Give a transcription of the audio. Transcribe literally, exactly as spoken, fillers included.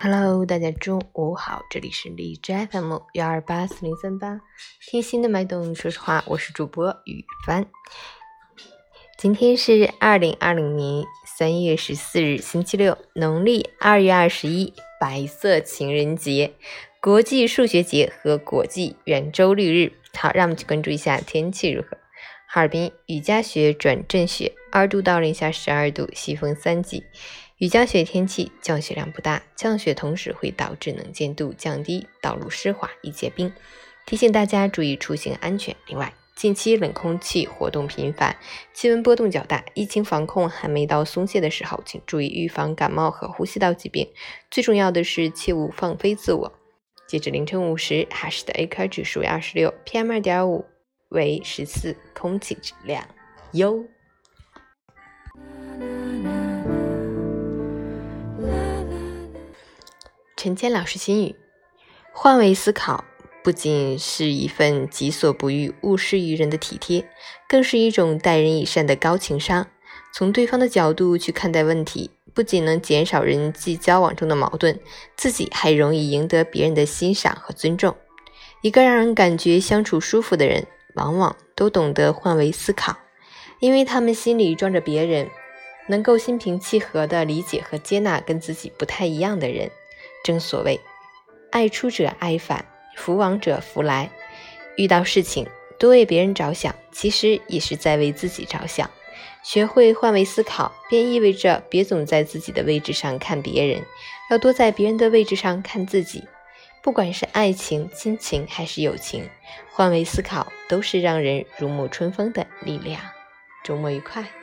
Hello， 大家中午好，这里是荔枝 F M 幺二八四零三八，听心的脉动，说实话，我是主播雨帆。今天是二零二零年三月十四日，星期六，农历二月二十一，白色情人节、国际数学节和国际圆周率日。好，让我们去关注一下天气如何。哈尔滨雨夹雪转阵雪，二度到零下十二度，西风三级。雨夹雪天气，降雪量不大，降雪同时会导致能见度降低，道路湿滑易结冰，提醒大家注意出行安全。另外，近期冷空气活动频繁，气温波动较大，疫情防控还没到松懈的时候，请注意预防感冒和呼吸道疾病。最重要的是，切勿放飞自我。截至凌晨五时，哈市的 A Q I 指数为二十六 ，P M 二点五 为十四，空气质量优。陈谦老师心语：换位思考不仅是一份己所不欲，勿施于人的体贴，更是一种待人以善的高情商。从对方的角度去看待问题，不仅能减少人际交往中的矛盾，自己还容易赢得别人的欣赏和尊重。一个让人感觉相处舒服的人，往往都懂得换位思考，因为他们心里装着别人，能够心平气和地理解和接纳跟自己不太一样的人。正所谓爱出者爱返，福往者福来。遇到事情多为别人着想，其实也是在为自己着想。学会换位思考，便意味着别总在自己的位置上看别人，要多在别人的位置上看自己。不管是爱情、亲情还是友情，换位思考都是让人如沐春风的力量。周末愉快。